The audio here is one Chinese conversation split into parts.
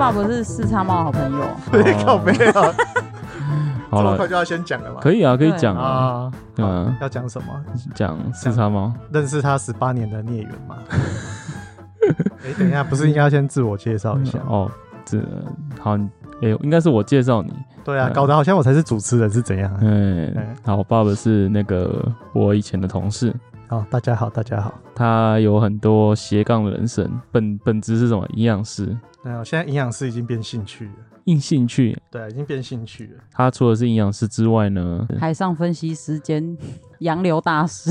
爸不是四叉猫的好朋友， 对，靠背啊。 好了， 这么快就要先讲了吗？ 可以啊，可以讲啊。 啊， 嗯， 要讲什么？ 讲四叉猫。 认识他18年的孽缘嘛。等一下，不是应该要先自我介绍一下？ 哦，这好，应该是我介绍你。 对啊，搞得好像我才是主持人是怎样？ 好，我爸爸是那个我以前的同事。 好，大家好，大家好。 他有很多斜杠的人生，本职是什么？营养师。 现在营养师已经变兴趣了。 兴趣， 对，已经变兴趣了。 他除了是营养师之外呢， 海上分析师兼洋流大师。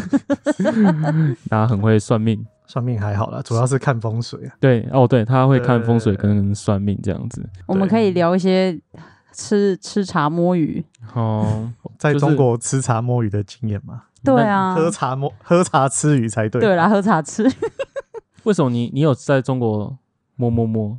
他很会算命， 算命还好啦，主要是看风水啊。 对，他会看风水跟算命这样子。 我们可以聊一些吃茶摸鱼。 哦， 在中国吃茶摸鱼的经验吗？ 对啊， 喝茶吃鱼才对。 对啦，喝茶吃。 为什么你有在中国摸？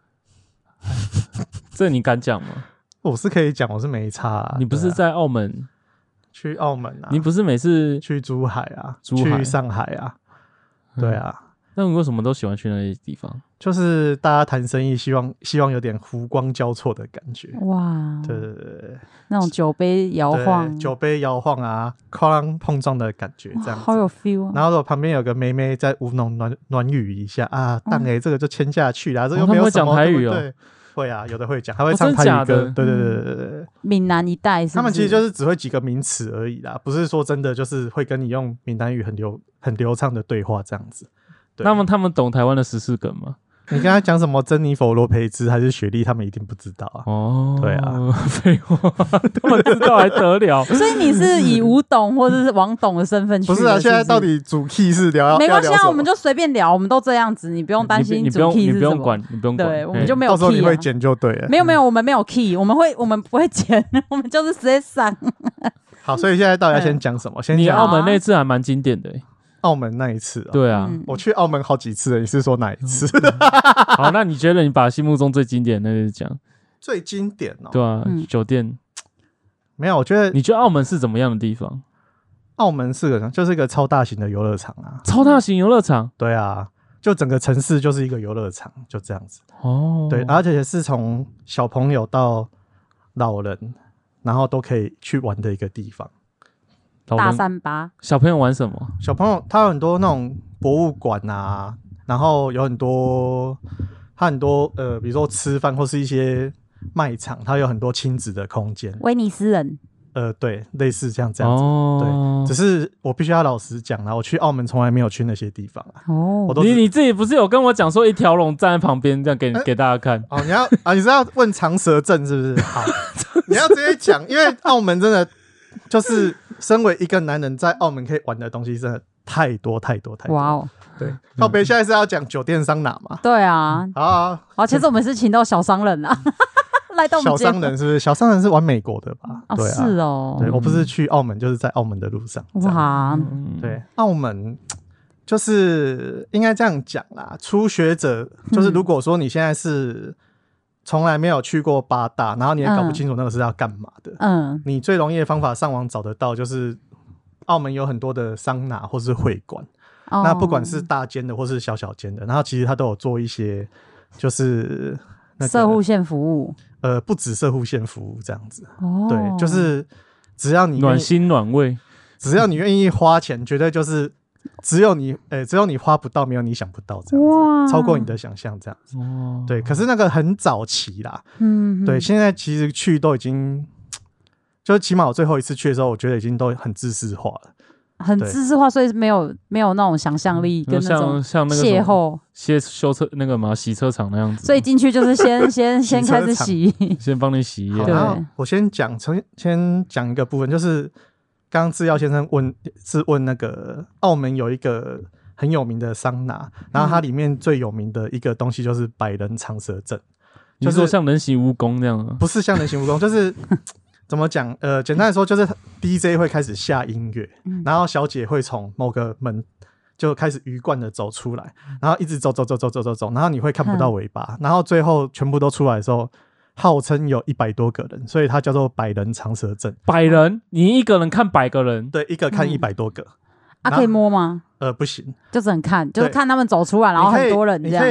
这你敢讲吗？ 我是可以讲，我是没差啊。 你不是在澳门？ 去澳门啊？ 你不是每次去珠海啊？ 去上海啊？对啊。 那你为什么都喜欢去那些地方？ 就是大家谈生意，希望有点湖光交错的感觉。 哇， 对， 那种酒杯摇晃， 酒杯摇晃啊，哐碰撞的感觉，这样子好有 feel 啊。 然后如果旁边有个妹妹在舞弄暖语一下啊，当这个就签下去啦，这个没有什么。 他们会讲台语哦？ 对，会啊，有的会讲，还会唱台语歌。对。 闽南一带是不是， 他们其实就是只会几个名词而已啦，不是说真的就是会跟你用闽南语很流畅的对话这样子。 那么他们懂台湾的时事梗吗？ 你跟他讲什么珍妮佛罗培兹还是雪莉，他们一定不知道啊。 哦， 对啊， 废话，他们知道还得了？ 所以你是以吴董或者是王董的身份去？ 不是啊，现在到底主 key 是聊没关系啊，我们就随便聊，我们都这样子，你不用担心主 key 是什么， 你不用管， 对，我们就没有 key 啊。 到时候你会剪就对了。 没有，我们没有 key， 我们不会剪，我们就是直接上。 好，所以现在到底要先讲什么？先讲你澳门那次还蛮经典的。 澳门那一次啊， 对啊， 我去澳门好几次了，你是说哪一次？ 好，那你觉得你把心目中最经典的那个讲？ 最经典哦， 对啊，酒店没有，我觉得你觉得澳门是怎么样的地方？ 澳门就是一个超大型的游乐场啊， 超大型游乐场， 对啊，就整个城市就是一个游乐场，就这样子哦，对，而且是从小朋友到老人，然后都可以去玩的一个地方。 大3巴， 小朋友玩什么？ 小朋友他有很多那种博物馆啊，然后有很多比如说吃饭或是一些卖场，它有很多亲子的空间。 威尼斯人， 对，类似这样子。对，只是我必须要老实讲啦，我去澳门从来没有去那些地方啊。你自己不是有跟我讲说一条龙站在旁边这样给大家看？ 你是要问长蛇阵是不是？好，你要直接讲，因为澳门真的就是身为一个男人在澳门可以玩的东西真的太多。哇哦！对，靠北现在是要讲酒店桑拿嘛？ 对啊， 好， 其实我们是请到小商人啊，来到我们小商人是不是？小商人是玩美国的吧？对啊， 是哦。 对，我不是去澳门，就是在澳门的路上。哇，对，澳门就是应该这样讲啦。初学者就是如果说你现在是从来没有去过八大，然后你也搞不清楚那个是要干嘛的，你最容易的方法上网找得到，就是澳门有很多的桑拿或是会馆，那不管是大间的或是小间的，然后其实它都有做一些就是摄护线服务， 不止摄护线服务这样子，对，就是只要你暖心暖胃， 只要你愿意花钱，绝对就是只有你花不到，没有你想不到这样子，超过你的想象这样子。对，可是那个很早期啦，对，现在其实去都已经，就是起码我最后一次去的时候，我觉得已经都很自私化了。 很自私化，所以没有那种想象力跟那种像那个邂逅修车那个嘛洗车场那样子， 所以进去就是先开始洗， 先帮你洗一对，我先讲一个部分，就是刚刚制药先生问那个澳门有一个很有名的桑拿，然后它里面最有名的一个东西就是百人长蛇阵， 就是说像人形蜈蚣这样吗？ 不是像人形蜈蚣，就是怎么讲？简单来说，就是 DJ 会开始下音乐，然后小姐会从某个门就开始鱼贯的走出来，然后一直走，然后你会看不到尾巴，然后最后全部都出来的时候，号称有100多个人，所以它叫做百人长蛇阵。 100人，你一个人看100个人？ 对，一个看100多个。 可以摸吗？ 不行， 就只能看，就是看他们走出来，然后很多人这样。 你可以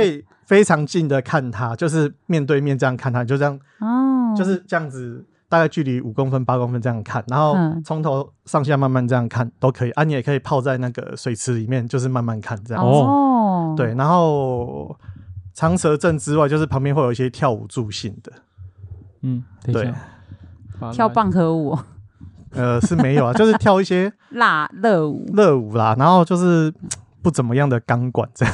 非常近的看他，就是面对面这样看他，就这样，就是这样子，大概距离5公分、8公分这样看，然后从头上下慢慢这样看都可以啊。你也可以泡在那个水池里面，就是慢慢看这样子。对，然后长蛇阵之外，就是旁边会有一些跳舞助兴的。对， 跳棒壳舞。 是没有啊，就是跳一些热舞啦，然后就是不怎么样的钢管这样。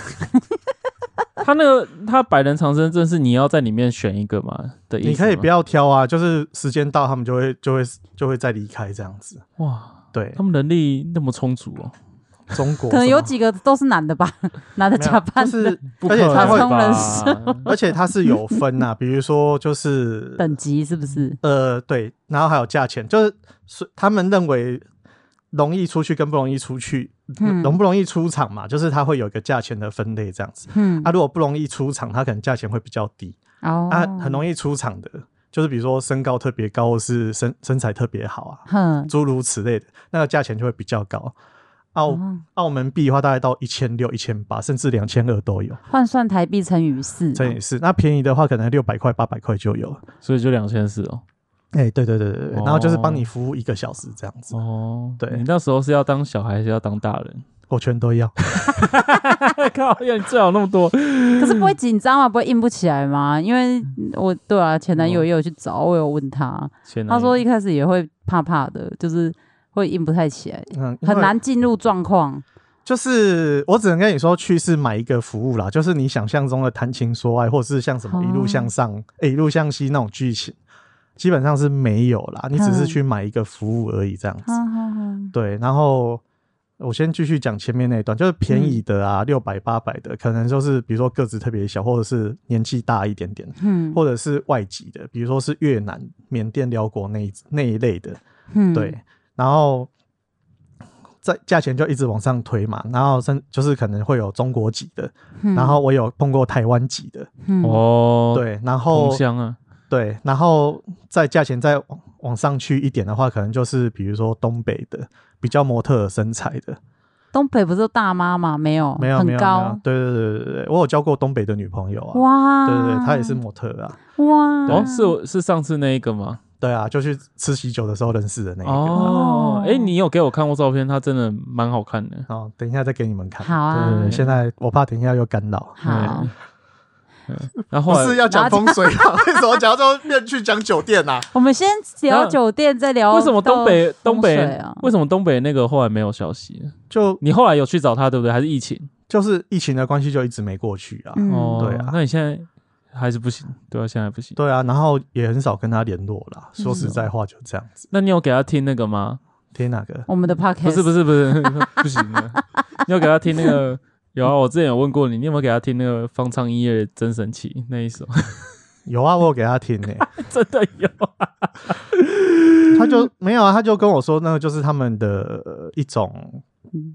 他百人长生阵是你要在里面选一个嘛的意思吗？ 你可以不要挑啊，就是时间到他们就会再离开这样子。哇，对， 他们人力那么充足哦。 中国可能有几个都是男的吧，拿着假扮的， 而且他会而且他是有分啊，比如说就是等级是不是？ 对，然后还有价钱，就是他们认为容易出去跟不容易出去，容不容易出场嘛，就是他会有一个价钱的分类这样子。如果不容易出场，他可能价钱会比较低。很容易出场的，就是比如说身高特别高，或是身材特别好啊，诸如此类的，那个价钱就会比较高。澳门币的话，大概到1600、1800，甚至2200都有。 换算台币乘以4， 乘以4。那便宜的话，可能600块、800块就有， 所以就2400哦。 对，然后就是帮你服务1个小时这样子。对， 你那时候是要当小孩，还是要当大人？ 我全都要。 靠，要你最好那么多。 可是不会紧张吗？不会硬不起来吗？因为对啊，前男友也有去找，我有问他，他说一开始也会怕怕的，就是会硬不太起来，很难进入状况。就是我只能跟你说，去是买一个服务啦，就是你想象中的谈情说爱，或者是像什么一路向上、一路向西那种剧情，基本上是没有啦。你只是去买一个服务而已，这样子。对，然后我先继续讲前面那一段，就是便宜的啊，600、800的，可能就是比如说个子特别小，或者是年纪大一点点，或者是外籍的，比如说是越南、缅甸、辽国那一类的，对。然后在价钱就一直往上推嘛，然后就是可能会有中国籍的，然后我有碰过台湾籍的，对，然后同乡啊， 对，然后在价钱再往上去一点的话，可能就是比如说东北的比较模特儿身材的。 东北不是大妈吗？没有，很高。 对，我有交过东北的女朋友啊。 哇， 对，她也是模特啊。 哇， 是上次那一个吗？ 对啊，就去吃喜酒的时候认识的那一个。 你有给我看过照片，她真的蛮好看的。 等一下再给你们看。 好啊。 对，现在我怕等一下又干扰。 好。 然后不是要讲风水啊？为什么讲到面去讲酒店啊？ 我们先聊酒店，再聊。 为什么东北为什么东北那个后来没有消息？ 就你后来有去找他，对不对？还是疫情？ 就是疫情的关系，就一直没过去啊。对啊。 那你现在还是不行？对啊，现在不行。 对啊，然后也很少跟他联络啦。说实在话，就这样子。 那你有给他听那个吗？ 听哪个？ 我们的 podcast？ 不是，不行的。你有给他听那个？有啊，我之前有问过你，你有没有给他听那个方唱音乐真神奇那一首？ 有啊，我有给他听真的有啊。 他就没有啊，他就跟我说那个就是他们的一种，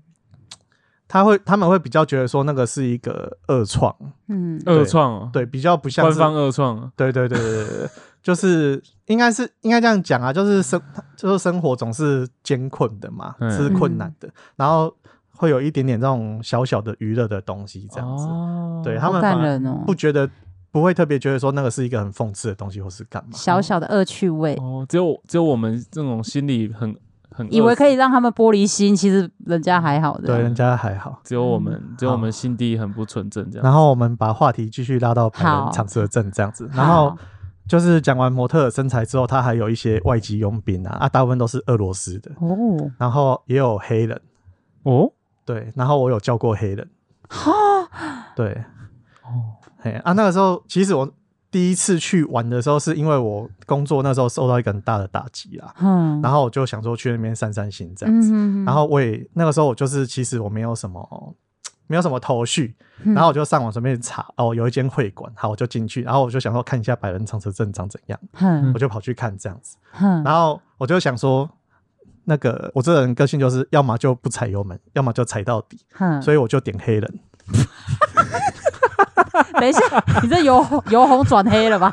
他们会比较觉得说那个是一个恶创， 恶创对，比较不像是官方恶创， 对，就是应该这样讲啊，就是生活总是艰困的嘛，是困难的，然后会有一点点这种小小的娱乐的东西，这样子，对他们反而不觉得，不会特别觉得说那个是一个很讽刺的东西，或是干嘛， 小小的恶趣味。 只有我们这种心里很以为可以让他们玻璃心，其实人家还好的。 对，人家还好， 只有我们心地很不纯正这样。 然后我们把话题继续拉到百人长蛇阵这样子，然后就是讲完模特的身材之后，他还有一些外籍佣兵啊，大部分都是俄罗斯的然后也有黑人对，然后我有叫过黑人对那个时候其实我第一次去玩的时候，是因为我工作那时候受到一个很大的打击啦，然后我就想说去那边散散心这样子，然后那个时候我就是其实我没有什么头绪，然后我就上网随便查有一间会馆，好我就进去，然后我就想说看一下百人长蛇阵长怎样，我就跑去看这样子，然后我就想说那个我这个人个性就是要么就不踩油门，要么就踩到底，所以我就点黑人。 等一下，你这由红转黑了吧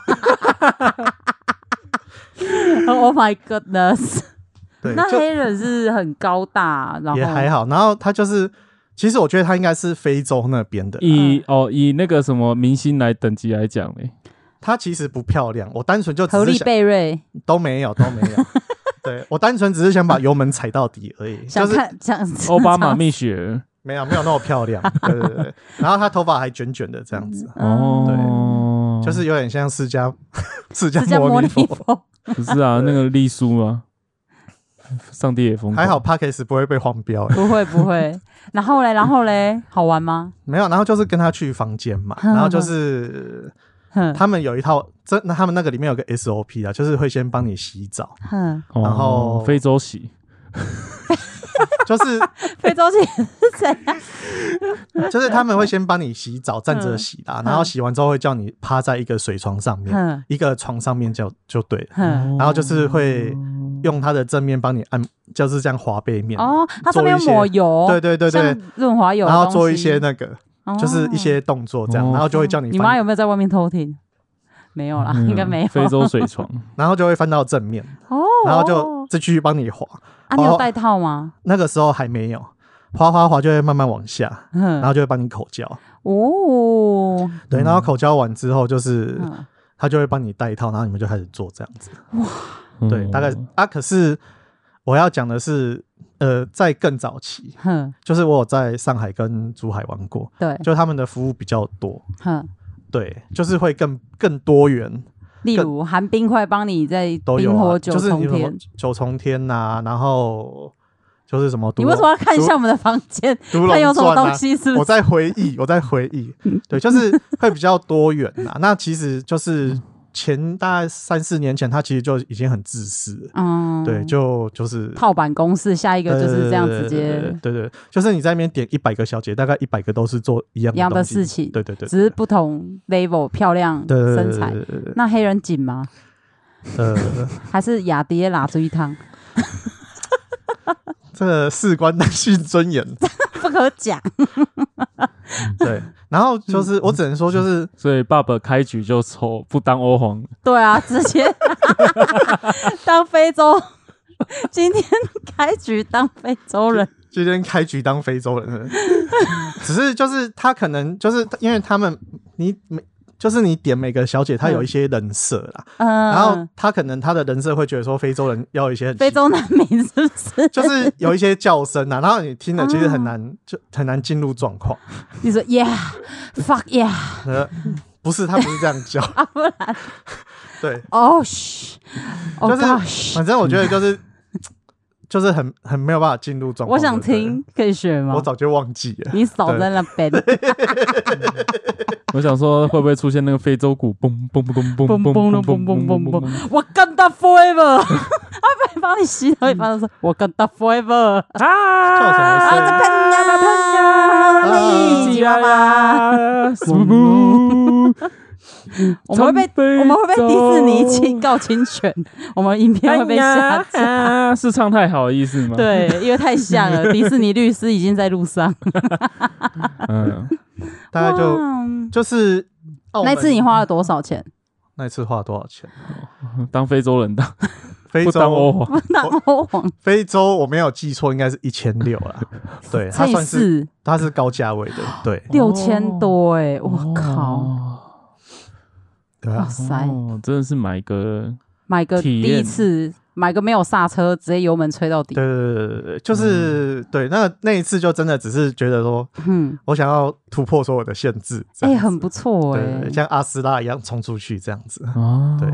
？Oh my goodness！ 那黑人是很高大，然后也还好，然后他就是其实我觉得他应该是非洲那边的。 以那个什么明星来等级来讲嘞， 他其实不漂亮，我单纯就只是何丽贝瑞都没有。对，我单纯只是想把油门踩到底而已。 想看奥巴马蜜雪儿没有那么漂亮。对。然后他头发还卷卷的这样子。对，就是有点像释迦牟尼佛。 不是啊，那个丽苏啊，上帝也疯狂。 还好 Podcast 不会被黄标。 不会。然后嘞，好玩吗？ 没有，然后就是跟他去房间嘛，然后就是他们有一套，他们那个里面有个 SOP 啊，就是会先帮你洗澡，然后非洲洗。 就是非洲洗是怎样？ 就是他们会先帮你洗澡，站着洗啦，然后洗完之后会叫你趴在一个水床上面，一个床上面就对了，然后就是会用它的正面帮你按，就是这样滑背面它上面抹油， 对， 像润滑油， 然后做一些那个，就是一些动作这样，然后就会叫你。 你妈有没有在外面偷听？没有啦，应该没有。 非洲水床， 然后就会翻到正面，然后就继续帮你滑。 你有戴套吗？ 那个时候还没有，滑就会慢慢往下，然后就会帮你口交。对，然后口交完之后，就是他就会帮你戴套，然后你们就开始做这样子。哇，对，大概可是我要讲的是，在更早期，就是我有在上海跟珠海玩过， 对， 就他们的服务比较多，对，就是会更多元。 例如含冰块帮你在冰火九重天， 就是九重天呐，然后就是什么？ 你为什么要看一下我们的房间？看有什么东西？是不是？ 我在回忆，对，就是会比较多元呐。那其实就是大概3-4年前，他其实就已经很自私了，对，就是套版公式，下一个就是这样直接， 对，就是你在那边点100个小姐，大概100个都是做一样的事情， 对， 只是不同 level 漂亮身材。那黑人紧吗？还是雅迪拉追汤？ 这事关男性尊严， 不可讲。 对，然后就是我只能说，就是所以爸爸开局就抽不当欧皇。 对啊，直接当非洲。今天开局当非洲人， 今天开局当非洲人，只是就是他可能就是因为他们就是你点每个小姐，她有一些人设啦，然后她可能她的人设会觉得说非洲人要一些非洲难民是不是？ 就是有一些叫声啊，然后你听了其实很难进入状况。 你说 yeah fuck yeah， 不是，他不是这样叫不然对就是反正我觉得就是很没有办法进入状况。 我想听，可以学吗？ 我早就忘记了。 你少在那边。 我想说，会不会出现那个非洲鼓，嘣嘣嘣嘣嘣嘣嘣嘣嘣嘣？ 我跟他 forever。他帮你洗头，一般都说我跟他 forever。 叫什么声？ 我们会被迪士尼告侵权，我们影片会被下架。 是唱太好的意思吗？ 对，因为太像了。迪士尼律师已经在路上。 大概就是那次你花了多少钱？ 那次花了多少钱？ 当非洲人非洲不当欧皇， 不当欧皇。 非洲我没有记错，应该是1600啦。对，它是高价位的，对 ，6000多哎，我靠！ 哇塞， 真的是买个第一次。买个没有刹车，直接油门吹到底。 对，就是对那一次就真的只是觉得说，我想要突破所有的限制， 很不错对，像阿斯拉一样冲出去这样子。对，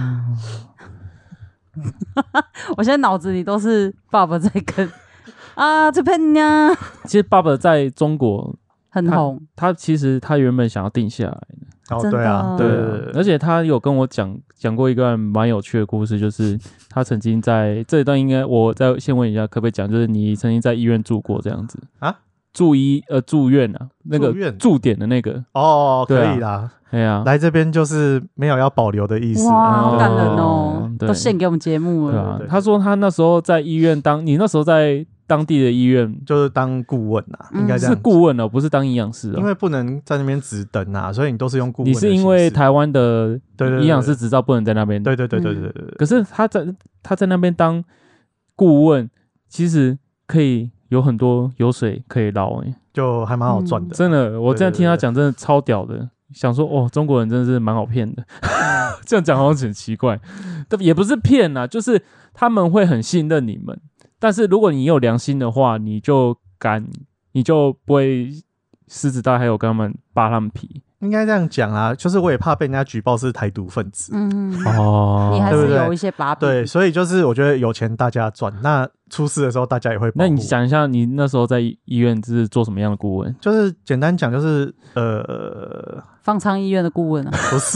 我现在脑子里都是爸爸在跟这喷呀。 其实爸爸在中国很红， 他其实他原本想要定下来的。 对啊，对， 而且他有跟我讲过一个蛮有趣的故事，就是他曾经在这一段，应该我再先问一下，可不可以讲，就是你曾经在医院住过这样子啊？住院啊，那个驻点的那个可以啦。 对啊， 来这边就是没有要保留的意思。 哇，好感人哦，都献给我们节目了。 对啊，他说他那时候在医院你那时候在当地的医院就是当顾问啊，应该这样。 是顾问哦，不是当营养师哦。 因为不能在那边值登啊，所以你都是用顾问。 你是因为台湾的营养师执照不能在那边。 对。 可是他在那边当顾问，其实可以有很多油水可以捞就还蛮好赚的。 真的，我这样听他讲，真的超屌的。想说中国人真的是蛮好骗的。这样讲好像很奇怪，也不是骗啊，就是他们会很信任你们，但是如果你有良心的话，你就不会狮子大还有跟他们扒他们皮。 应该这样讲啊，就是我也怕被人家举报是台独分子。 你还是有一些把柄。 对，所以就是我觉得有钱大家赚，那出事的时候大家也会保护。 那你讲一下，你那时候在医院是做什么样的顾问？ 就是简单讲，就是方舱医院的顾问啊？ 不是，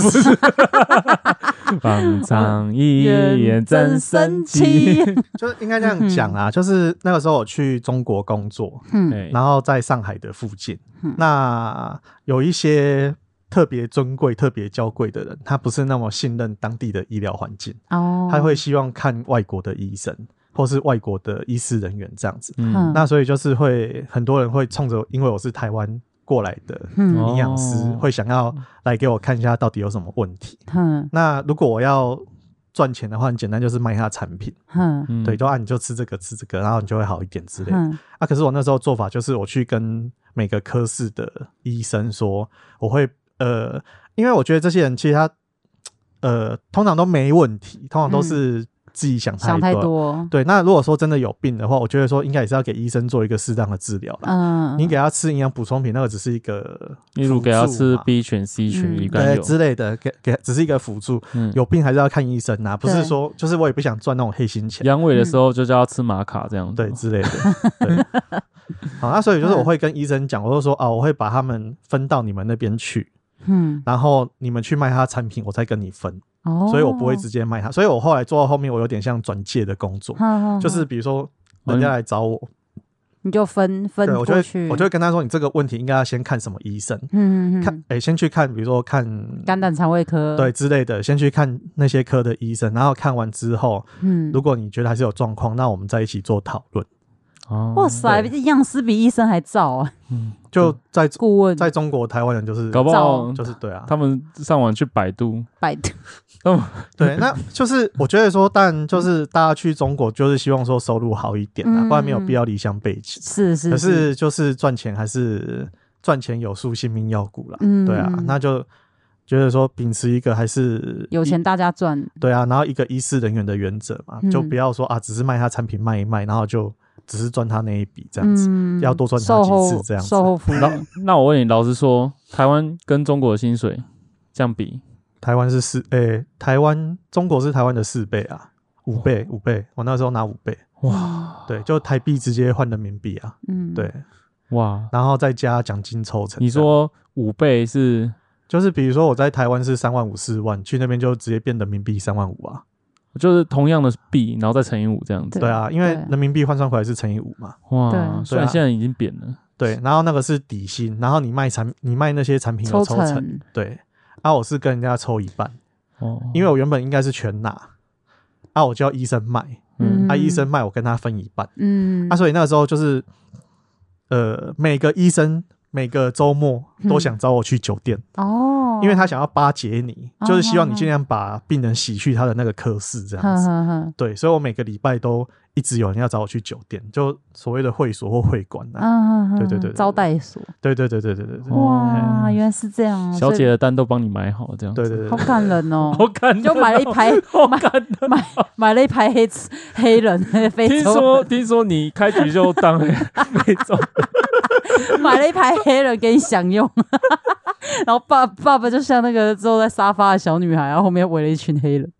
方舱医院真神奇。 就是应该这样讲啊，就是那个时候我去中国工作，然后在上海的附近，那有一些特别尊贵、特别娇贵的人，他不是那么信任当地的医疗环境，他会希望看外国的医生或是外国的医师人员这样子。那所以就是会很多人会冲着，因为我是台湾过来的营养师，会想要来给我看一下到底有什么问题。那如果我要赚钱的话，很简单，就是卖他产品。对，就你就吃这个吃这个，然后你就会好一点之类的。可是我那时候做法就是我去跟每个科室的医生说，我会因为我觉得这些人其实他通常都没问题，通常都是自己想太多。对，那如果说真的有病的话，我觉得说应该也是要给医生做一个适当的治疗啦。你给他吃营养补充品，那个只是一个， 例如给他吃 B 群、C 群、 对之类的，给只是一个辅助。有病还是要看医生啊，不是说就是我也不想赚那种黑心钱。 阳痿的时候就叫他吃玛卡这样子， 对之类的。对，好，那所以就是我会跟医生讲，我就说我会把他们分到你们那边去，然后你们去卖他产品，我再跟你分。所以我不会直接卖他，所以我后来做到后面，我有点像转介的工作，就是比如说人家来找我， 你就分过去， 我就会跟他说，你这个问题应该要先看什么医生，先去看，比如说看肝胆肠胃科， 对之类的，先去看那些科的医生，然后看完之后，如果你觉得还是有状况，那我们在一起做讨论。 哇塞，营养师比医生还早啊！ 就在顾问， 在中国台湾人就是搞不好就是对啊， 他们上网去百度， 对，那就是我觉得说，但就是大家去中国就是希望说收入好一点啊，不然没有必要离乡背景。 是， 可是就是赚钱还是赚钱有数，性命要顾啦。对啊，那就觉得说秉持一个还是有钱大家赚， 对啊，然后一个医师人员的原则嘛，就不要说只是卖他产品卖一卖，然后就只是赚他那一笔这样子，要多赚他几次这样子。 售后服务。 那我问你，老实说，台湾跟中国的薪水这样比， 台湾是中国是台湾的4倍啊，5倍，我那时候拿5倍。哇，对，就台币直接换人民币啊。对， 哇， 然后再加奖金抽成。 你说5倍是？ 就是比如说我在台湾是3万5、4万，去那边就直接变人民币3万5啊。 就是同样的币，然后再乘以5这样子。 对啊，因为人民币换算回来是乘以5嘛。 哇，虽然现在已经贬了。 对，然后那个是底薪，然后你卖那些产品有抽成。对，我是跟人家抽一半。因为我原本应该是全拿，我就要医生卖，医生卖我跟他分一半。所以那个时候就是每个医生每个周末都想找我去酒店。因为他想要巴结你，就是希望你尽量把病人洗去他的那个科室这样子。对，所以我每个礼拜都一直有人要找我去酒店，就所谓的会所或会馆对， 招待所。 对。 哇，原来是这样。 小姐的单都帮你买好，这样。 对， 好感人哦， 好感人， 就买了一排，买了一排黑人非洲。 听说你开局就当非洲。 买了一排黑人给你享用，然后爸爸就像那个坐在沙发的小女孩，然后后面围了一群黑人。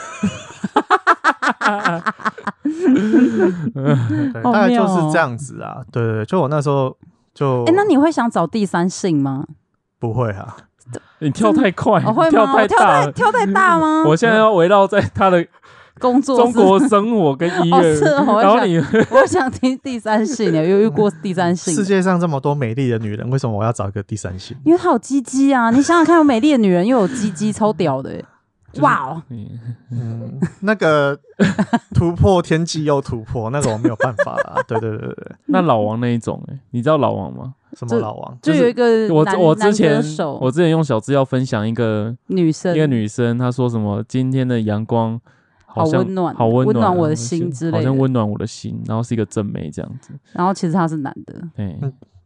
大概就是这样子啊。对，就我那时候就那你会想找第三性吗？ 不会啊， 你跳太快， 会吗？跳太大吗？ 我现在要围绕在他的工作中国生活跟医院。然后我想听第三性，有遇过第三性？ 世界上这么多美丽的女人，为什么我要找一个第三性？ 因为她有鸡鸡啊！你想想看，有美丽的女人又有鸡鸡，超屌的哇哦！ 那个突破天际又突破，那个我没有办法啦。对。 那老王那一种你知道老王吗？ 什么老王？ 就有一个我之前用小资料分享一个女生，她说什么今天的阳光好温暖我的心之类的， 好像温暖我的心，然后是一个正妹这样子。 然后其实她是男的。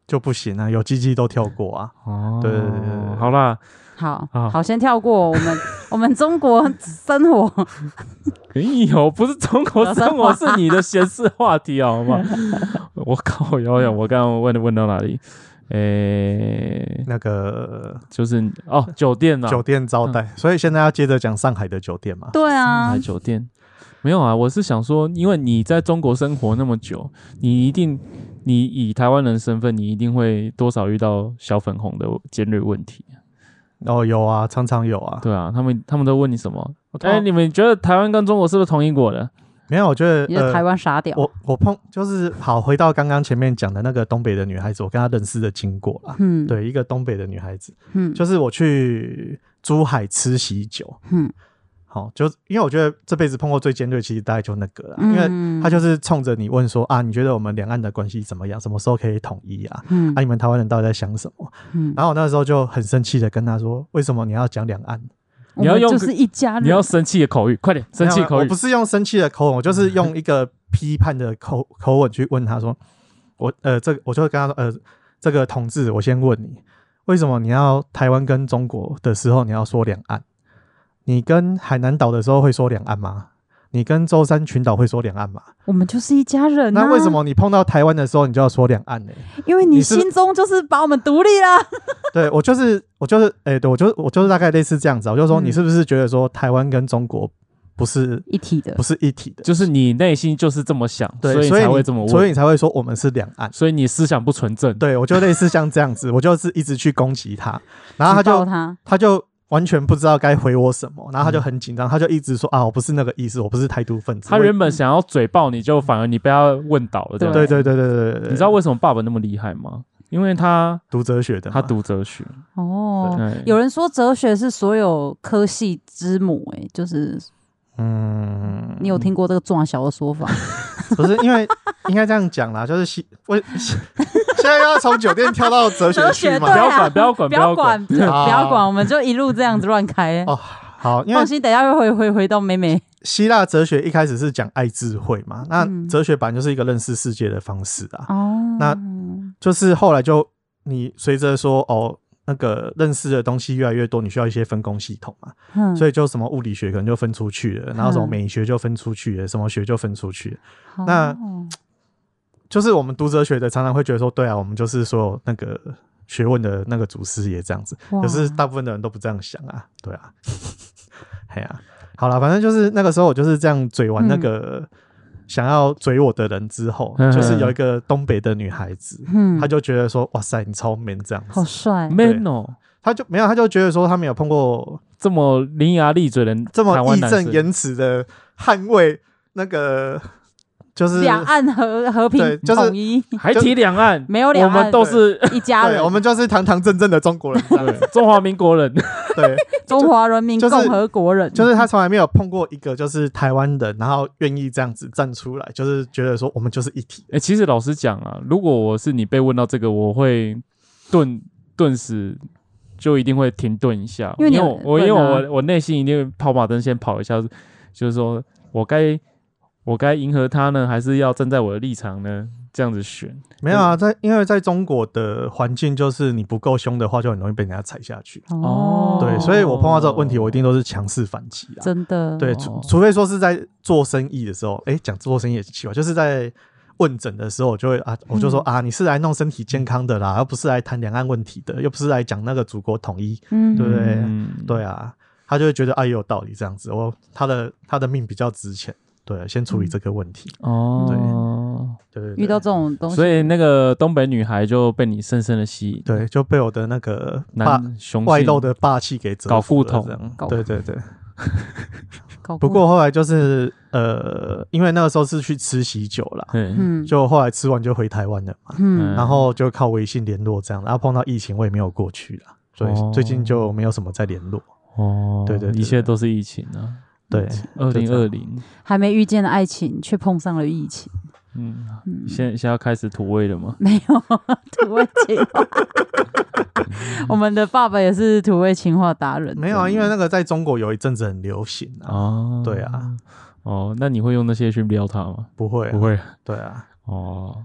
就不行啊，有鸡鸡都跳过啊。哦，对对对对， 好啦。 好，先跳过我们中国生活。 哎呦，不是中国生活，是你的闲事话题好吗？我靠，有，我刚刚问到哪里？ 那个就是酒店啊， 酒店招待，所以现在要接着讲上海的酒店嘛。 对啊， 上海酒店没有啊，我是想说，因为你在中国生活那么久，你以台湾人身份，你一定会多少遇到小粉红的尖锐问题。 有啊，常常有啊。 对啊，他们都问你什么？你们觉得台湾跟中国是不是同一国的？ 没有，我觉得你是台湾傻屌。 我就是好，回到刚刚前面讲的那个东北的女孩子，我跟她认识的经过啦。对，一个东北的女孩子，就是我去珠海吃喜酒，好，就因为我觉得这辈子碰过最尖锐，其实大概就那个啦，因为他就是冲着你问说啊，你觉得我们两岸的关系怎么样？什么时候可以统一啊？你们台湾人到底在想什么？然后我那时候就很生气的跟他说，为什么你要讲两岸？ 你要用就是一家人， 你要生气的口语，快点，生气口语。 我不是用生气的口吻，我就是用一个批判的口吻去问他说，我就会跟他说，这个同志，我先问你，为什么你要台湾跟中国的时候你要说两岸？你跟海南岛的时候会说两岸吗？你跟舟山群岛会说两岸吗？ 我们就是一家人啊。 那为什么你碰到台湾的时候你就要说两岸呢？ 因为你心中就是把我们独立啦。 对，我就是大概类似这样子。我就说你是不是觉得说台湾跟中国不是一体的？不是一体的， 就是你内心就是这么想， 对， 所以你才会这么问， 所以你才会说我们是两岸， 所以你思想不纯正。 对，我就类似像这样子，我就是一直去攻击他，然后他就完全不知道该回我什么，然后他就很紧张，他就一直说啊，我不是那个意思，我不是台独分子。 他原本想要嘴爆你，就反而你被他问倒了。 对。 你知道为什么爸爸那么厉害吗？因为他读哲学的， 他读哲学。 哦，有人说哲学是所有科系之母，就是你有听过这个壮小的说法？ 不是，因为应该这样讲啦，就是现在要从酒店跳到哲学去嘛？ 不要管， 我们就一路这样子乱开。 哦，好，因为放心，等一下又回到妹妹。 希腊哲学一开始是讲爱智慧嘛，那哲学本来就是一个认识世界的方式啊。那就是后来就你随着说那个认识的东西越来越多，你需要一些分工系统嘛，所以就什么物理学可能就分出去了，然后什么美学就分出去了，什么学就分出去了。那就是我们读哲学的常常会觉得说，对啊，我们就是所有那个学问的那个祖师爷这样子，可是大部分的人都不这样想啊，对啊，嘿啊，好啦，反正就是那个时候我就是这样嘴完那个想要嘴我的人之后，就是有一个东北的女孩子，她就觉得说，哇塞，你超 man 这样子， 好帅 man 哦， 她就觉得说，她没有碰过这么伶牙俐嘴的， 这么义正言辞的捍卫那个。就是两岸和平统一， 还提两岸， 没有两岸， 我们都是一家人， 我们就是堂堂正正的中国人， 中华民国人， 对， 中华人民共和国人， 就是他从来没有碰过一个就是台湾人，然后愿意这样子站出来，就是觉得说我们就是一体。 其实老实讲啊，如果我是你被问到这个，我会顿时就一定会停顿一下，因为我内心一定会跑马灯先跑一下，就是说我该迎合他呢，还是要站在我的立场呢？这样子选没有啊，因为在中国的环境，就是你不够凶的话，就很容易被人家踩下去。对，所以我碰到这个问题，我一定都是强势反击啊。 真的， 对，除非说是在做生意的时候，讲做生意也是奇怪，就是在问诊的时候，我就说你是来弄身体健康的啦，而不是来谈两岸问题的，又不是来讲那个祖国统一，对不对？对啊，他就会觉得也有道理这样子，他的命比较值钱。对，先处理这个问题。对， 遇到这种东西， 所以那个东北女孩就被你深深的吸引， 对，就被我的那个外露的霸气给折服了，搞固统，对。不过后来就是因为那个时候是去吃喜酒啦，就后来吃完就回台湾了嘛，然后就靠微信联络这样，然后碰到疫情我也没有过去啦，所以最近就没有什么再联络。对，一切都是疫情啊。对，2020 还没遇见的爱情，却碰上了疫情。 现在要开始土味了吗？ 没有土味情话，我们的爸爸也是土味情话达人。 没有啊，因为那个在中国有一阵子很流行啊。对啊。 那你会用那些去撩他吗？ 不会。 不会。 对啊。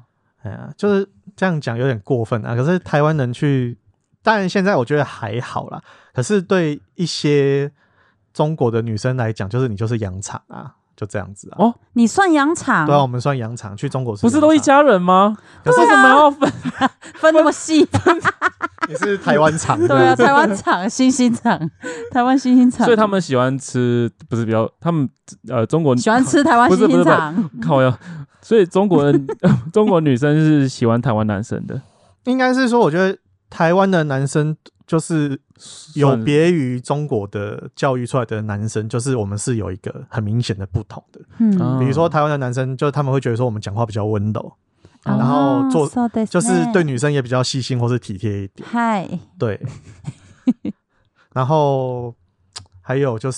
哎呀，就是这样讲有点过分啊。可是台湾人去，当然现在我觉得还好啦。可是对一些中国的女生来讲，就是你就是洋场啊，就这样子啊。 哦，你算洋场？ 对啊，我们算洋场，去中国不是都一家人吗？可是为什么要分那么细？ 你是台湾场？ 对啊，台湾场、新兴场，台湾新兴场。 所以他们喜欢吃，不是比较他们中国喜欢吃台湾新兴场。 靠呀！所以中国女生是喜欢台湾男生的。 应该是说，我觉得台湾的男生就是有别于中国的教育出来的男生，就是我们是有一个很明显的不同的。比如说台湾的男生，就他们会觉得说我们讲话比较温柔。然后就是对女生也比较细心或是体贴一点。嗨，对。然后还有就是，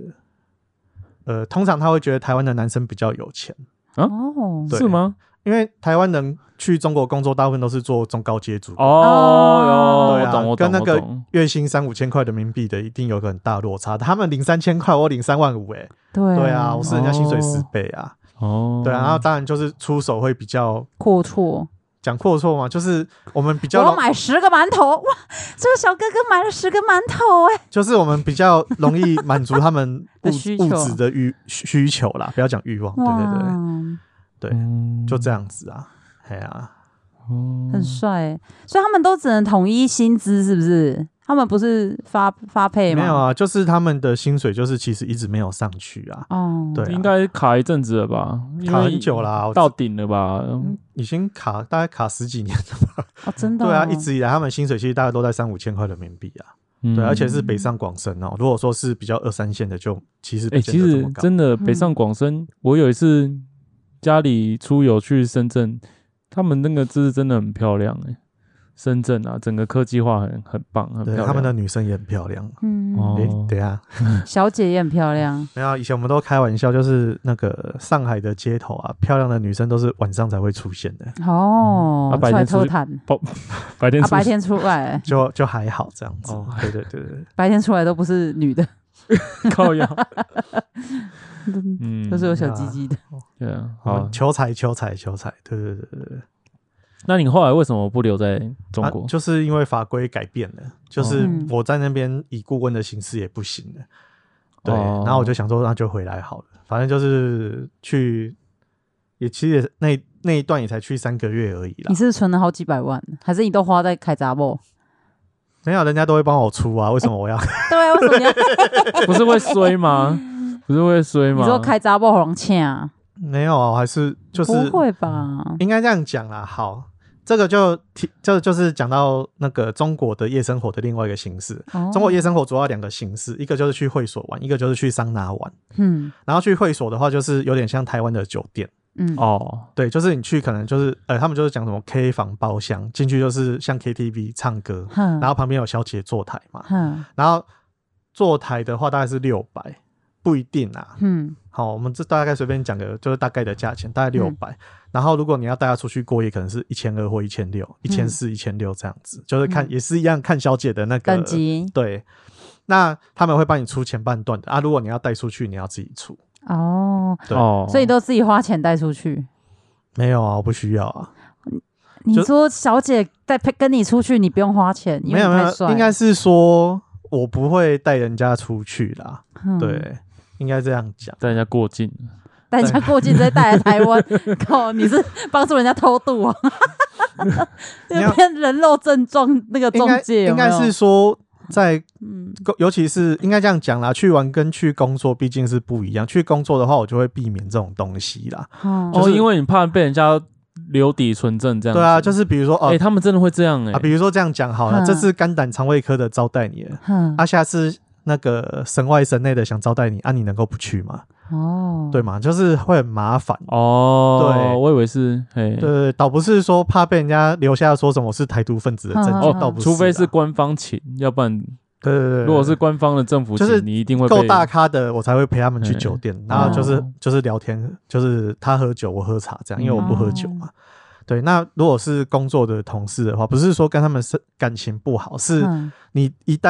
通常他会觉得台湾的男生比较有钱。 哦， 是吗？ 因为台湾人去中国工作，大部分都是做中高阶主管。 哦， 对啊， 我懂， 跟那个月薪3-5千块人民币的，一定有个很大落差。他们领3000块，我领3万5，对啊，我是人家薪水10倍啊。对啊，然后当然就是出手会比较阔绰， 讲阔绰嘛，就是我们比较我买10个馒头，哇，这个小哥哥买了10个馒头， 就是我们比较容易满足他们物质的需求啦，不要讲欲望，对，就这样子啊，哎呀， 很帅，所以他们都只能统一薪资，是不是？他们不是发配吗？ 没有啊，就是他们的薪水就是其实一直没有上去啊。哦，对啊， 应该卡一阵子了吧？ 卡很久啦， 到顶了吧？ 已经大概卡10几年了吧？ 哦，真的？ 对啊，一直以来他们薪水其实大概都在3-5千块人民币啊。对，而且是北上广深哦。如果说是比较2、3线的，就其实其实真的北上广深，我有一次家里出游去深圳，他们那个字真的很漂亮深圳啊，整个科技化很棒，很漂亮。 他们的女生也很漂亮。对啊， 小姐也很漂亮。 没有，以前我们都开玩笑，就是那个上海的街头啊，漂亮的女生都是晚上才会出现的。 哦，出来偷谈。 白天出来就还好这样子。对， 白天出来都不是女的， 靠腰。 都是有小鸡鸡的。 对啊，好， 求财，对。 那你后来为什么不留在中国？ 就是因为法规改变了，就是我在那边以顾问的形式也不行了。对，然后我就想说，那就回来好了。反正就是去，其实那一段也才去3个月而已啦。 你是存了好几百万，还是你都花在开杂货？ 没有，人家都会帮我出啊，为什么我要？ 对，为什么你要？ 不是会衰吗？你说开杂货好欠啊？ 没有啊，还是就是不会吧？ 应该这样讲啦。好。这个就是讲到那个中国的夜生活的另外一个形式。中国夜生活主要2个形式，一个就是去会所玩，一个就是去桑拿玩。然后去会所的话，就是有点像台湾的酒店。对，就是你去可能就是他们就是讲什么 K 房包厢，进去就是像 KTV 唱歌，然后旁边有小姐坐台嘛。然后坐台的话大概是600，不一定啊。好，我们这大概随便讲个就是大概的价钱，大概600。然后如果你要带她出去过夜，可能是1200或1600、1400、1600这样子，就是看也是一样看小姐的那个等级。 对，那他们会帮你出前半段的啊。如果你要带出去，你要自己出。对， 所以都自己花钱带出去？ 没有啊，我不需要啊。 你说小姐带跟你出去，你不用花钱？ 没有，应该是说我不会带人家出去啦。对，应该这样讲， 带人家过境。 带人家过境再带来台湾，靠！你是帮助人家偷渡啊？那边人肉症状那个中介应该是说在尤其是应该这样讲啦，去玩跟去工作毕竟是不一样。去工作的话，我就会避免这种东西啦。 因为你怕被人家留底存证这样子。 对啊，就是比如说他们真的会这样比如说这样讲好了，这次肝胆肠胃科的招待你了，下次那个省外省内的想招待你你能够不去吗？对嘛，就是会很麻烦。对， 我以为是， 对，倒不是说怕被人家留下说什么是台独分子的证据，倒不是， 除非是官方请，要不然， 对， 如果是官方的政府请，就是你一定会够大咖的，我才会陪他们去酒店，然后就是聊天，就是他喝酒，我喝茶这样，因为我不喝酒嘛。对，那如果是工作的同事的话，不是说跟他们感情不好，是你一旦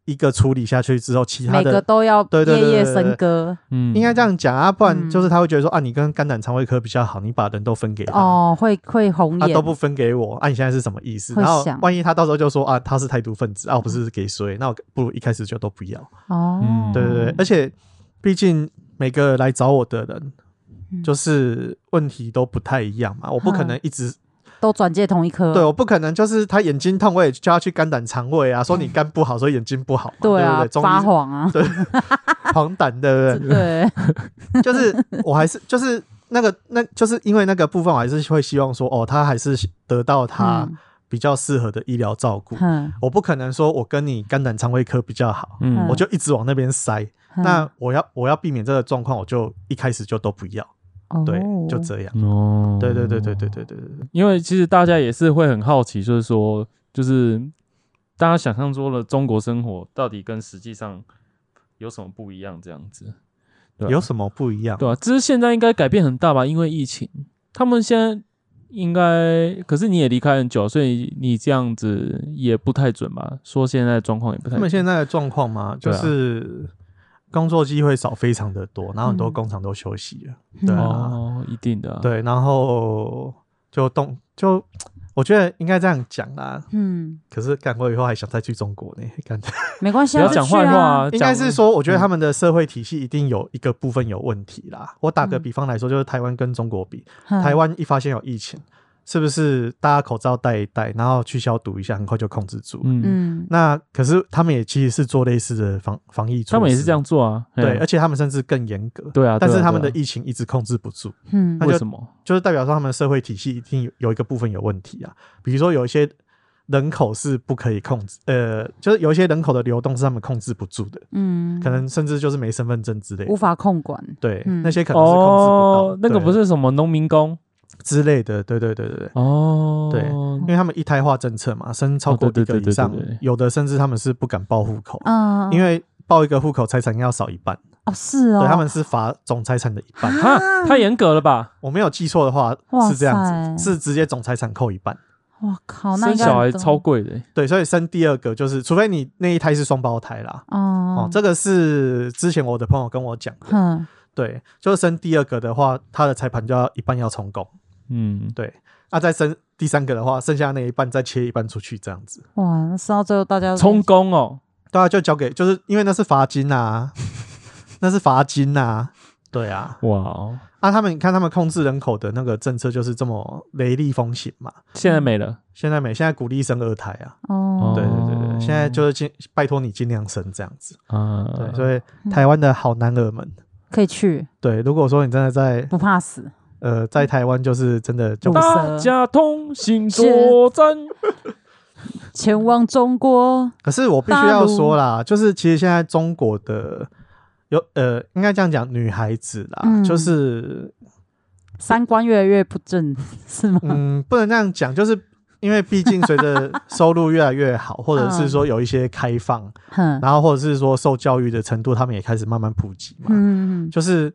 一个处理下去之后，其他的每个都要夜夜笙歌， 应该这样讲啊，不然就是他会觉得说啊，你跟肝胆肠胃科比较好，你把人都分给他， 会红眼， 都不分给我，你现在是什么意思？然后万一他到时候就说啊，他是台独分子我不是给谁，那我不如一开始就都不要。对，而且毕竟每个来找我的人，就是问题都不太一样嘛，我不可能一直都转介同一科， 对，我不可能就是他眼睛痛，我也叫他去肝胆肠胃啊，说你肝不好，所以眼睛不好嘛，对啊， 对不对？ 发黄啊， 对，黄疸，对不对？ 对， 就是我还是就是那就是因为那个部分，我还是会希望说，他还是得到他比较适合的医疗照顾。我不可能说我跟你肝胆肠胃科比较好，我就一直往那边塞。那我要避免这个状况，我就一开始就都不要。对，就这样。对， 因为其实大家也是会很好奇，就是说，就是大家想象中的中国生活到底跟实际上有什么不一样？这样子，对有什么不一样？ 对啊，只是现在应该改变很大吧？因为疫情，他们现在应该，可是你也离开很久，所以你这样子也不太准吧？说现在的状况也不太准。 他们现在的状况嘛，就是工作机会少非常的多，然后很多工厂都休息了。对啊， 一定的。 对，然后就我觉得应该这样讲啦。可是干过以后还想再去中国呢，干没关系， 不要讲坏话啊。 应该是说，我觉得他们的社会体系一定有一个部分有问题啦。我打个比方来说，就是台湾跟中国比，台湾一发现有疫情，是不是大家口罩戴一戴，然后去消毒一下，很快就控制住？那可是他们也其实是做类似的防疫措施， 他们也是这样做啊。 对，而且他们甚至更严格。 对啊， 但是他们的疫情一直控制不住。 为什么？ 就是代表说他们的社会体系一定有一个部分有问题啊。比如说有一些人口是不可以控制，就是有一些人口的流动是他们控制不住的。可能甚至就是没身份证之类的， 无法控管。 对，那些可能是控制不到。 那个不是什么农民工之类的，对，对，因为他们一胎化政策嘛，生超过一个以上，有的甚至他们是不敢报户口，因为报一个户口财产要少一半。 是哦， 对，他们是罚总财产的一半。 太严格了吧？ 我没有记错的话是这样子，是直接总财产扣一半。 哇靠，那生小孩超贵的。 对，所以生第二个就是，除非你那一胎是双胞胎啦。这个是之前我的朋友跟我讲的。对，就是生第二个的话，他的财产就要一半要充公。对。再生第三个的话，剩下那一半再切一半出去，这样子。 哇，那生到最后大家充公哦。 对啊，就交给，就是因为那是罚金啊，那是罚金啊。对啊。 哇他们看他们控制人口的那个政策就是这么雷厉风行嘛。 现在没了， 现在鼓励生2胎啊。对，现在就是拜托你尽量生这样子。对，所以台湾的好男儿们可以去。 对，如果说你真的在不怕死， 在台湾就是真的就大家同行作战， 前往中国。 可是我必须要说啦，就是其实现在中国的应该这样讲，女孩子啦，就是三观越来越不正，是吗？ 不能这样讲，就是因为毕竟随着收入越来越好，或者是说有一些开放，然后或者是说受教育的程度，他们也开始慢慢普及嘛。就是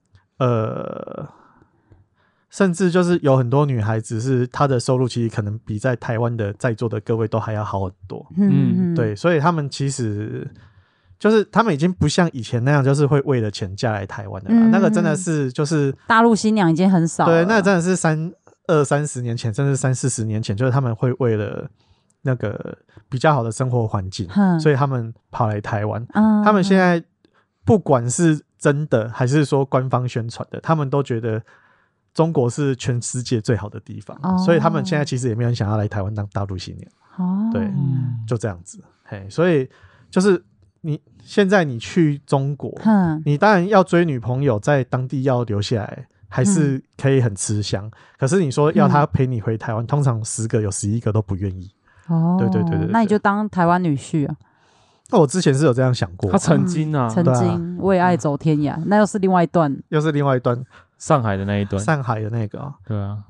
甚至就是有很多女孩子是她的收入其实可能比在台湾的在座的各位都还要好很多。对，所以他们其实就是他们已经不像以前那样，就是会为了钱嫁来台湾的啦。那个真的是就是大陆新娘已经很少了。 对，那真的是20-30年前，甚至30-40年前，就是他们会为了那个比较好的生活环境，所以他们跑来台湾。他们现在不管是真的还是说官方宣传的，他们都觉得中国是全世界最好的地方，所以他们现在其实也没有人想要来台湾当大陆新娘。对，就这样子。所以就是现在你去中国，你当然要追女朋友，在当地要留下来，还是可以很吃香。可是你说要他陪你回台湾，通常10个有11个都不愿意。对， 那你就当台湾女婿啊。 那我之前是有这样想过， 他曾经曾经为爱走天涯，那又是另外一段， 上海的那一段， 上海的那个。 对啊。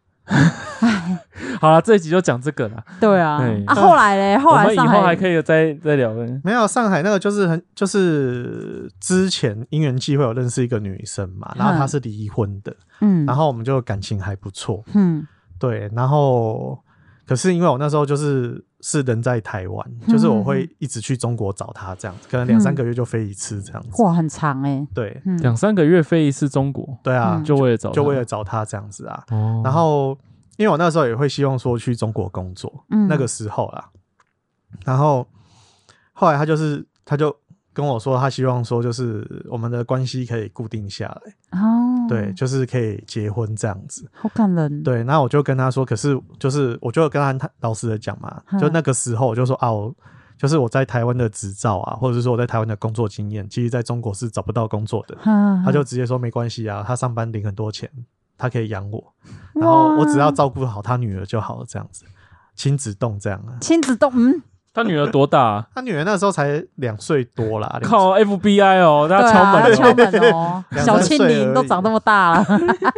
好了，这一集就讲这个了。 对啊。后来嘞，后来我们以后还可以再聊。 没有，上海那个就是之前因缘际会有认识一个女生嘛，然后她是离婚的。然后我们就感情还不错。对，然后可是因为我那时候是人在台湾，就是我会一直去中国找他这样子，可能2-3个月就飞一次这样子。 哇，很长对 ，2-3个月飞一次中国。 对啊， 就为了找他这样子啊。然后因为我那时候也会希望说去中国工作，那个时候啦。然后后来他就跟我说，他希望说就是我们的关系可以固定下来。对，就是可以结婚这样子， 好感人。 对，那我就跟他说，可是就是我就跟他老实的讲嘛，就那个时候我就说就是我在台湾的执照啊，或者是说我在台湾的工作经验，其实在中国是找不到工作的。他就直接说没关系啊，他上班领很多钱，他可以养我，然后我只要照顾好他女儿就好了，这样子，亲子冻这样啊， 亲子冻， 他女儿多大啊？ 他女儿那时候才2岁多啦。 靠 FBI 哦，他敲门哦，小庆龄都长这么大了。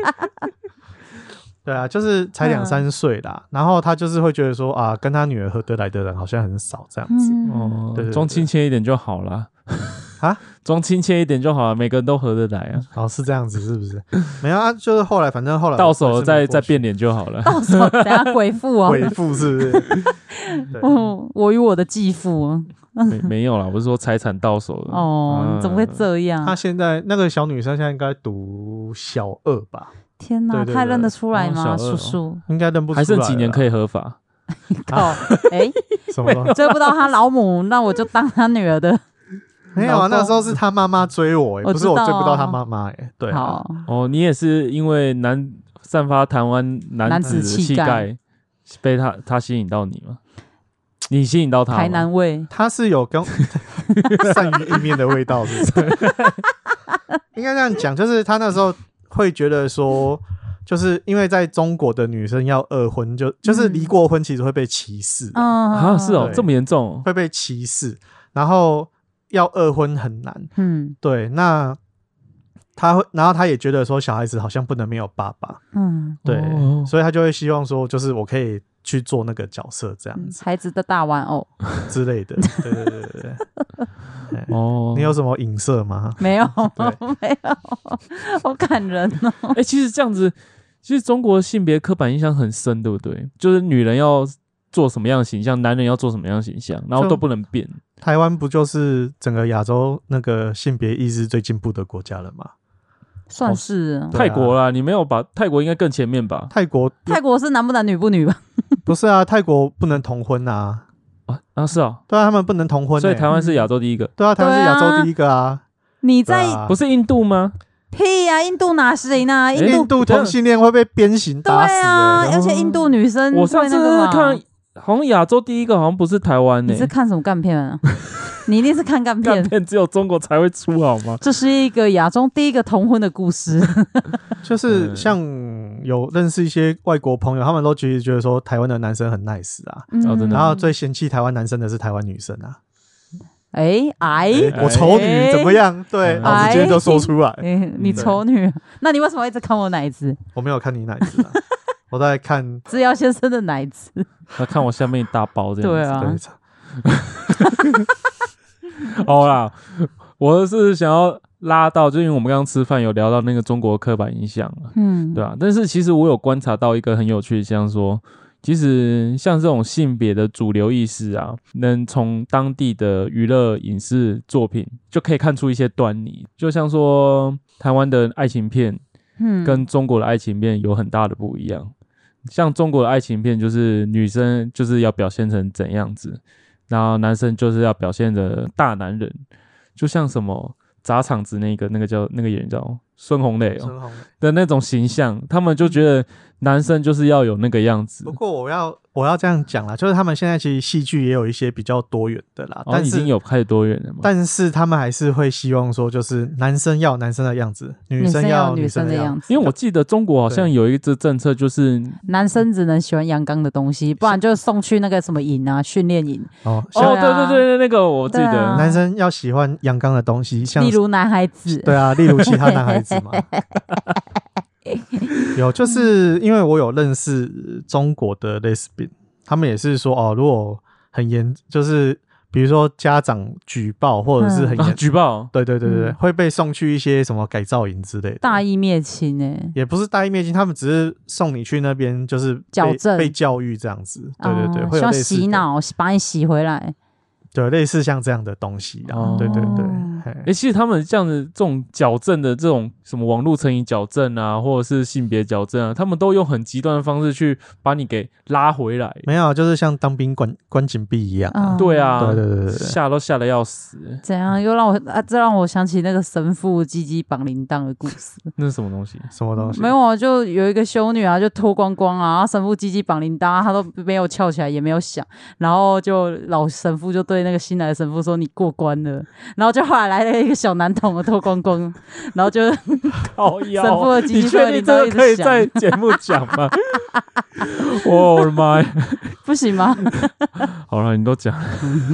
对啊，就是才2-3岁啦。然后他就是会觉得说啊，跟他女儿合得来的人好像很少这样子。对， 装亲切一点就好了。 啊， 装亲切一点就好了，每个人都合得来啊。是这样子，是不是？没有啊，就是反正后来到手再变脸就好了。 到手等下鬼父哦， 鬼父是不是？ 我与我的继父没有啦，我是说财产到手了。 怎么会这样？ 他现在那个小女生现在应该读小2吧？ 天哪，他认得出来吗？叔叔应该认不出来， 还剩几年可以合法？ 靠， 什么追不到他老母，那我就当他女儿的。 没有啊，那时候是他妈妈追我，不是我追不到他妈妈。对啊， 你也是因为散发台湾男子气概，被他吸引到你吗？你吸引到他吗？ 台南味， 他是有跟鳝鱼意面的味道，是不是？应该这样讲，就是他那时候会觉得说，就是因为在中国的女生要2婚，就是离过婚其实会被歧视。 是哦，这么严重， 会被歧视，然后要2婚很难。对，那然后他也觉得说小孩子好像不能没有爸爸。对，所以他就会希望说，就是我可以去做那个角色这样子， 孩子的大玩偶之类的。对。你有什么影射吗？ 没有，没有，好感人哦。 其实这样子，其实中国的性别刻板印象很深，对不对？就是女人要做什么样的形象，男人要做什么样的形象，然后都不能变。 台湾不就是整个亚洲那个性别意识最进步的国家了吗？ 算是泰国啦，你没有把泰国应该更前面吧？ 泰国是男不男女不女吧？ 不是啊，泰国不能同婚啊。 是啊， 对啊，他们不能同婚。 所以台湾是亚洲第一个。 对啊，台湾是亚洲第一个啊。 你在不是印度吗？ 屁啊，印度哪行啊？ 印度同性恋会被鞭刑打死。对啊，而且印度女生我上次看好像亚洲第一个好像不是台湾。 你是看什么干片啊？你一定是看干片。 干片只有中国才会出好吗？ 这是一个亚洲第一个同婚的故事。 就是像有认识一些外国朋友，他们都觉得说台湾的男生很 nice 啊。然后最嫌弃台湾男生的是台湾女生啊。我丑女怎么样？对，老子今天就说出来。 你丑女，那你为什么一直看我奶子？ 我没有看你奶子啊，我在看制药先生的奶子。 他看我下面一大包这样子。 对啊。 好啦，我是想要拉到，就因为我们刚刚吃饭有聊到那个中国刻板印象，对啊。但是其实我有观察到一个很有趣的现象，说其实像这种性别的主流意识啊，能从当地的娱乐影视作品就可以看出一些端倪。就像说台湾的爱情片，跟中国的爱情片有很大的不一样。像中国的爱情片，就是女生就是要表现成怎样子。然后男生就是要表现的大男人，就像什么砸场子那个演员叫孙红雷的那种形象，他们就觉得男生就是要有那个样子。 不过我要这样讲啦，就是他们现在其实戏剧也有一些比较多元的啦，但是已经有开始多元了嘛。 但是他们还是会希望说，就是男生要男生的样子，女生要女生的样子。 因为我记得中国好像有一支政策，就是男生只能喜欢阳刚的东西，不然就送去那个什么营啊，训练营。 对，那个我记得， 男生要喜欢阳刚的东西，像例如男孩子。 对啊，例如其他男孩子嘛。有，就是因为我有认识中国的 lesbian， 他们也是说如果很就是比如说家长举报或者是很举报， 对，会被送去一些什么改造营之类的， 大义灭亲也不是大义灭亲，他们只是送你去那边就是矫正被教育这样子，对，会有类似洗脑，把你洗回来。 对，类似像这样的东西啊，对。 其实他们这样子这种矫正的这种什么网络成瘾矫正啊，或者是性别矫正啊，他们都用很极端的方式去把你给拉回来。 没有，就是像当兵关禁闭一样。 对啊， 对， 吓都吓得要死。 怎样？又这让我想起那个神父鸡鸡绑铃铛的故事。 那是什么东西？ 什么东西？ 没有啊，就有一个修女啊，就脱光光啊，然后神父鸡鸡绑铃铛，他都没有翘起来，也没有响，然后就老神父就对那个新来的神父说：“你过关了。”然后就后来来了一个小男童脱光光，然后就神父的鸡鸡绑铃铛一直响。你确定这个可以在节目讲吗？我的妈呀！ 不行吗？ 好了，你都讲了。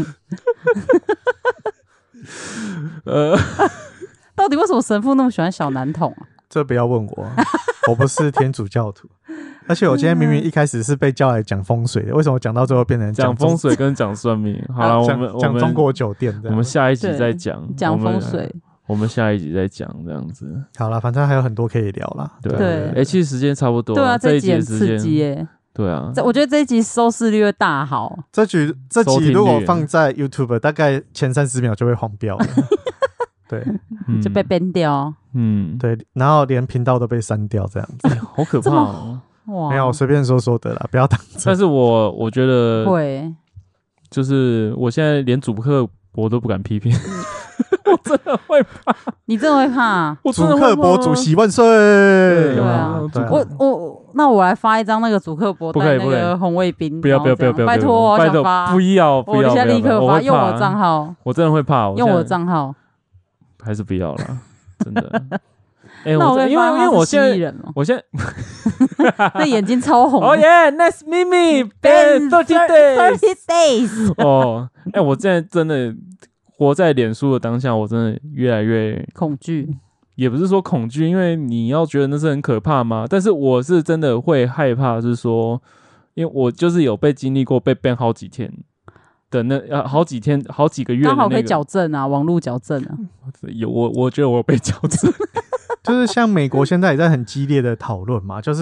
到底为什么神父那么喜欢小男童啊？ 这不要问我，我不是天主教徒。而且我今天明明一开始是被叫来讲风水的，为什么讲到最后变成讲风水跟讲算命？好了，我们讲中国酒店这样， 我们下一集再讲风水。 我们下一集再讲这样子。 好了，反正还有很多可以聊啦。 对， 其实时间差不多。 对啊， 这一集很刺激耶。 对啊， 我觉得这一集收视率会大好。 这集如果放在 YouTube， 大概前30秒就会黄标了。对， 就被 ban 掉。 对，然后连频道都被删掉，这样子， 好可怕哦。 没有，随便说的啦，不要当真。 但是我觉得会， 就是我现在连主客博都不敢批评。我真的会怕。 你真的会怕？ 主客博主席万岁！ 对啊，那我来发一张那个主客博带那个红卫兵。 不要！ 拜托，我想发。 不要！ 我现在立刻发，用我账号。 我真的会怕。 用我账号。 还是不要了，真的。 因为我现在那眼睛超红。 Oh yeah, nice Mimi, been 30 days。 哦，我现在真的活在脸书的当下，我真的越来越恐惧。 也不是说恐惧，因为你要觉得那是很可怕吗？但是我是真的会害怕，是说，因为我就是有被经历过被 ban 好几天的好几天、好几个月的刚好可以矫正啊，网络矫正啊。 我觉得我有被矫正。 就是像美国现在也在很激烈的讨论嘛，就是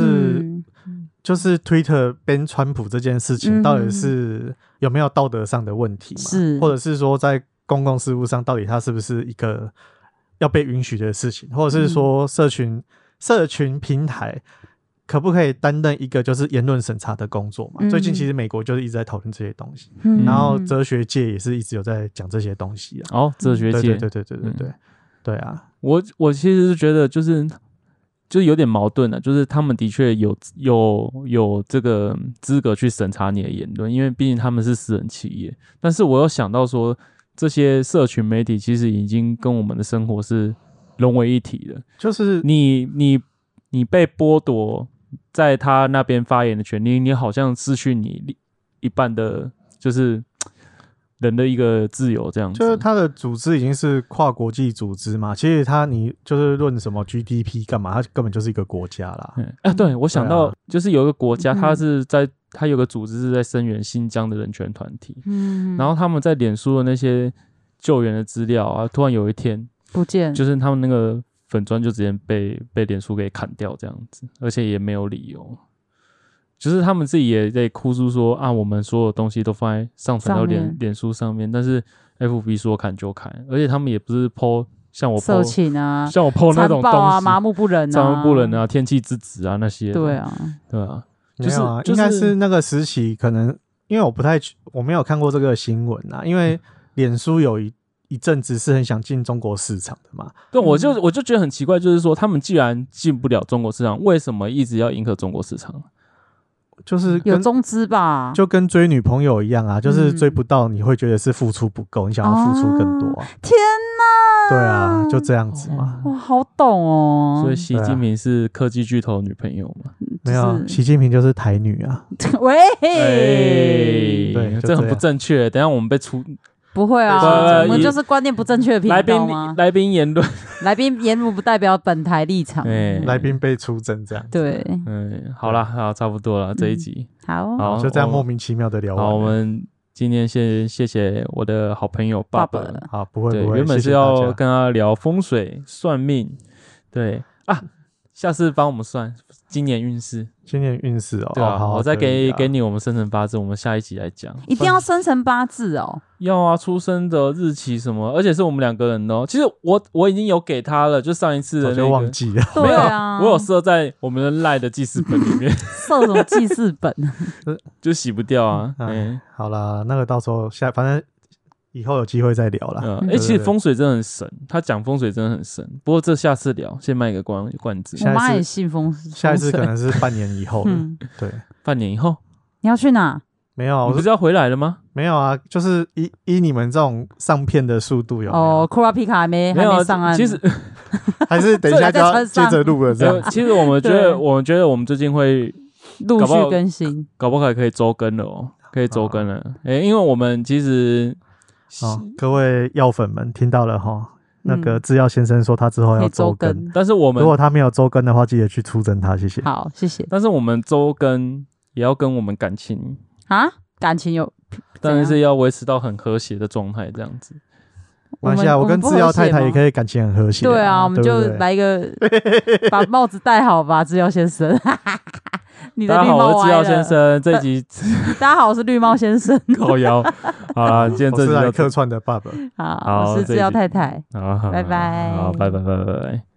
Twitter ban 川普这件事情，到底是有没有道德上的问题嘛？ 是， 或者是说在公共事务上，到底它是不是一个要被允许的事情？或者是说社群平台可不可以担任一个就是言论审查的工作嘛？最近其实美国就是一直在讨论这些东西，然后哲学界也是一直有在讲这些东西啊。 哦，哲学界， 对啊。 我其实是觉得就是有点矛盾的，就是他们的确有这个资格去审查你的言论，因为毕竟他们是私人企业。但是我又想到说，这些社群媒体其实已经跟我们的生活是融为一体了。就是你被剥夺在他那边发言的权利，你好像失去你一半的，就是人的一个自由这样子。 就是他的组织已经是跨国际组织嘛，其实你就是论什么 GDP 干嘛，他根本就是一个国家啦。 对，我想到就是有一个国家，他有个组织是在声援新疆的人权团体，然后他们在脸书的那些救援的资料啊，突然有一天不见， 就是他们那个粉专就直接被脸书给砍掉这样子，而且也没有理由。就是他们自己也在哭诉说啊，我们所有东西都上传到脸书上面，但是 FB 说砍就砍，而且他们也不是 po 像我 po 色情啊， 像我 po 那种东西啊，麻木不仁啊，天气之子啊那些。 对啊， 没有啊，应该是那个时期，可能因为我没有看过这个新闻啊，因为脸书有一阵子是很想进中国市场的嘛。 对，我就觉得很奇怪，就是说他们既然进不了中国市场，为什么一直要迎合中国市场？ 就是有中资吧， 就跟追女朋友一样啊，就是追不到你会觉得是付出不够，你想要付出更多啊。 天哪！ 对啊，就这样子嘛。 哇，好懂哦。 所以习近平是科技巨头女朋友吗？ 没有，习近平就是台女啊。 喂， 对， 这很不正确。等一下我们被出。 不会啊，我们就是观念不正确的频道吗？ 来宾言论， 来宾言论不代表本台立场。 来宾被出征这样。 对， 好啦，好，差不多了这一集。 好， 就这样莫名其妙的聊完。 好，我们今天先谢谢我的好朋友爸爸。 好，不会， 原本是要跟他聊风水算命，对啊，下次帮我们算今年运势。 哦， 对啊，我再给你我们生辰八字，我们下一集来讲。 一定要生辰八字哦？ 要啊，出生的日期什么，而且是我们2个人哦。其实我已经有给他了，就上一次的那个， 就忘记了。 对啊， 我有设在我们的赖的记事本里面。 设什么记事本？ 就洗不掉啊。 好啦，那个到时候反正以后有机会再聊啦。 其实风水真的很神，他讲风水真的很神。不过这下次聊，先卖一个关子。 我妈也信风水， 下一次可能是半年以后了。对， 半年以后你要去哪？ 没有， 你不是要回来了吗？ 没有啊，就是依你们这种上片的速度有没有？ 库拉皮卡还没上岸。 其实还是等一下就要接着录了这样。 其实我们觉得我们最近会陆续更新， 搞不好可以周更了哦，可以周更了。因为我们其实各位药粉们听到了哈。那个制药先生说他之后要周更， 但是我们如果他没有周更的话，记得去出征他，谢谢。 好，谢谢。 但是我们周更也要跟我们感情啊，感情有， 但是要维持到很和谐的状态，这样子。 没关系啊，我跟制药太太也可以感情很和谐。 对啊，我们就来一个，把帽子戴好吧，制药先生。你的绿帽歪了。大家好， 我是制药先生。这一集， 大家好，我是绿帽先生。 靠腰。好啦，今天这集我是来客串的爸爸。 好，我是制药太太。 好， 拜拜。 好，拜拜。